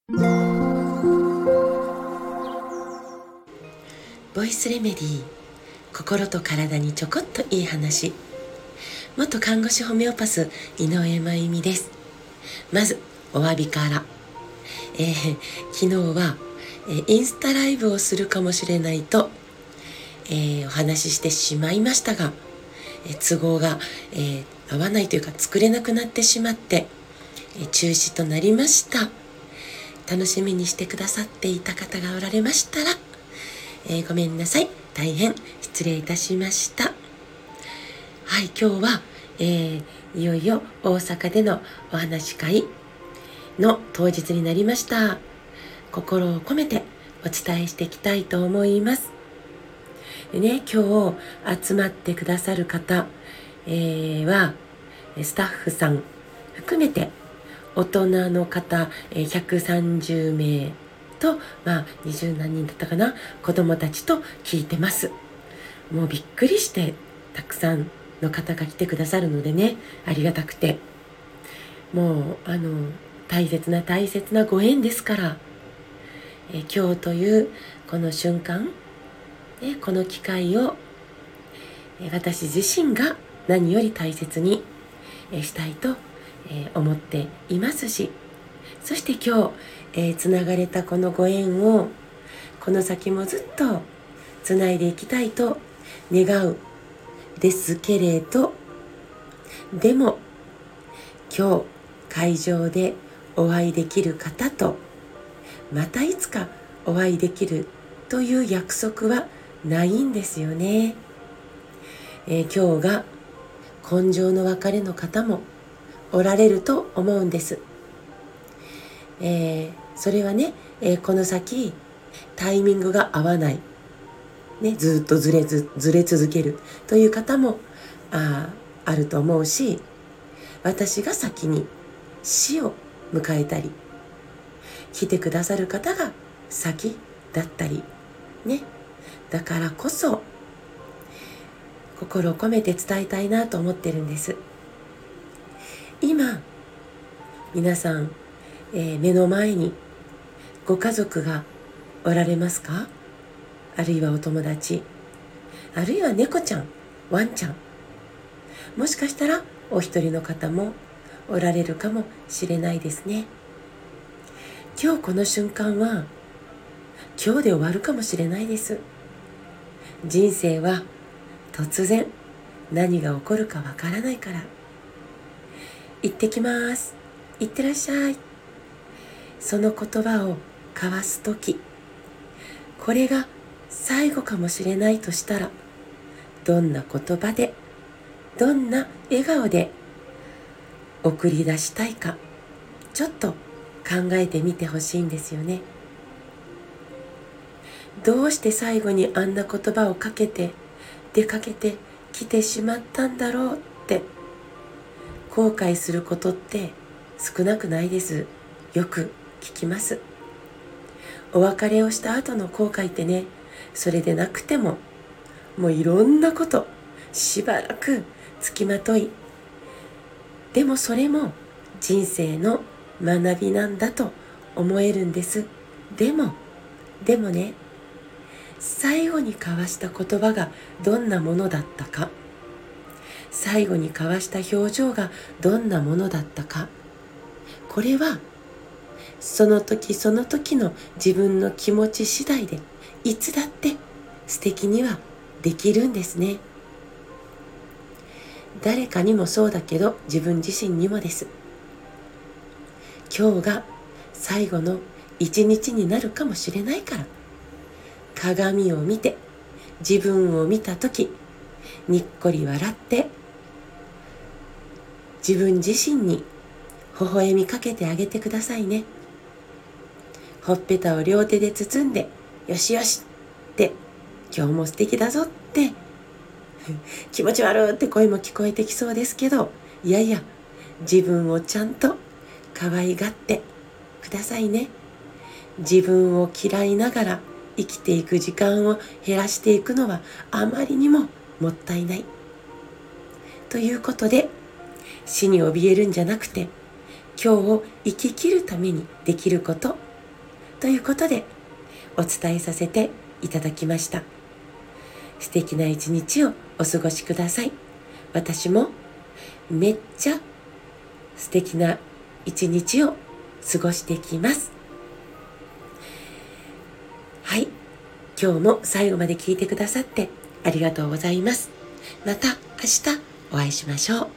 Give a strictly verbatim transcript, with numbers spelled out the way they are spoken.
ボイスレメディー、心と体にちょこっといい話。元看護師ホメオパス井上真由美です。まずお詫びから、えー、昨日は、えー、インスタライブをするかもしれないと、えー、お話ししてしまいましたが、えー、都合が、えー、合わないというか作れなくなってしまって、えー、中止となりました。楽しみにしてくださっていた方がおられましたら、えー、ごめんなさい。大変失礼いたしました。はい、今日は、えー、いよいよ大阪でのお話し会の当日になりました。心を込めてお伝えしていきたいと思います。でね、今日集まってくださる方、えー、はスタッフさん含めて大人の方ひゃくさんじゅうめいと、まあにじゅうなんにんだったかな、子供たちと聞いてます。もうびっくりしてたくさんの方が来てくださるのでね、ありがたくて、もうあの大切な大切なご縁ですから、え今日というこの瞬間、ね、この機会をえ私自身が何より大切にえしたいとえ思っていますし、そして今日、えー、つながれたこのご縁をこの先もずっとつないでいきたいと願うですけれど、でも今日会場でお会いできる方とまたいつかお会いできるという約束はないんですよね。えー、今日が今生の別れの方もおられると思うんです。えー、それはね、えー、この先タイミングが合わない、ね、ずっとずれずずれ続けるという方も あ, あると思うし、私が先に死を迎えたり、来てくださる方が先だったりね、だからこそ心を込めて伝えたいなと思ってるんです。今皆さん、えー、目の前にご家族がおられますか？あるいはお友達、あるいは猫ちゃん、ワンちゃん、もしかしたらお一人の方もおられるかもしれないですね。今日この瞬間は今日で終わるかもしれないです。人生は突然何が起こるかわからないから。行ってきます、行ってらっしゃい、その言葉を交わすとき、これが最後かもしれないとしたら、どんな言葉でどんな笑顔で送り出したいか、ちょっと考えてみてほしいんですよね。どうして最後にあんな言葉をかけて出かけてきてしまったんだろうって後悔することって少なくないです。よく聞きます。お別れをした後の後悔ってね、それでなくてももういろんなことしばらくつきまとい、でもそれも人生の学びなんだと思えるんです。でもでもね、最後に交わした言葉がどんなものだったか、最後に交わした表情がどんなものだったか、これはその時その時の自分の気持ち次第でいつだって素敵にはできるんですね。誰かにもそうだけど自分自身にもです。今日が最後の一日になるかもしれないから、鏡を見て自分を見たときにっこり笑って自分自身に微笑みかけてあげてくださいね。ほっぺたを両手で包んで、よしよしって今日も素敵だぞって気持ち悪いって声も聞こえてきそうですけど、いやいや、自分をちゃんと可愛がってくださいね。自分を嫌いながら生きていく時間を減らしていくのはあまりにももったいないということで、死に怯えるんじゃなくて今日を生き切るためにできること、 ということでお伝えさせていただきました。素敵な一日をお過ごしください。私もめっちゃ素敵な一日を過ごしていきます。はい、今日も最後まで聞いてくださってありがとうございます。また明日お会いしましょう。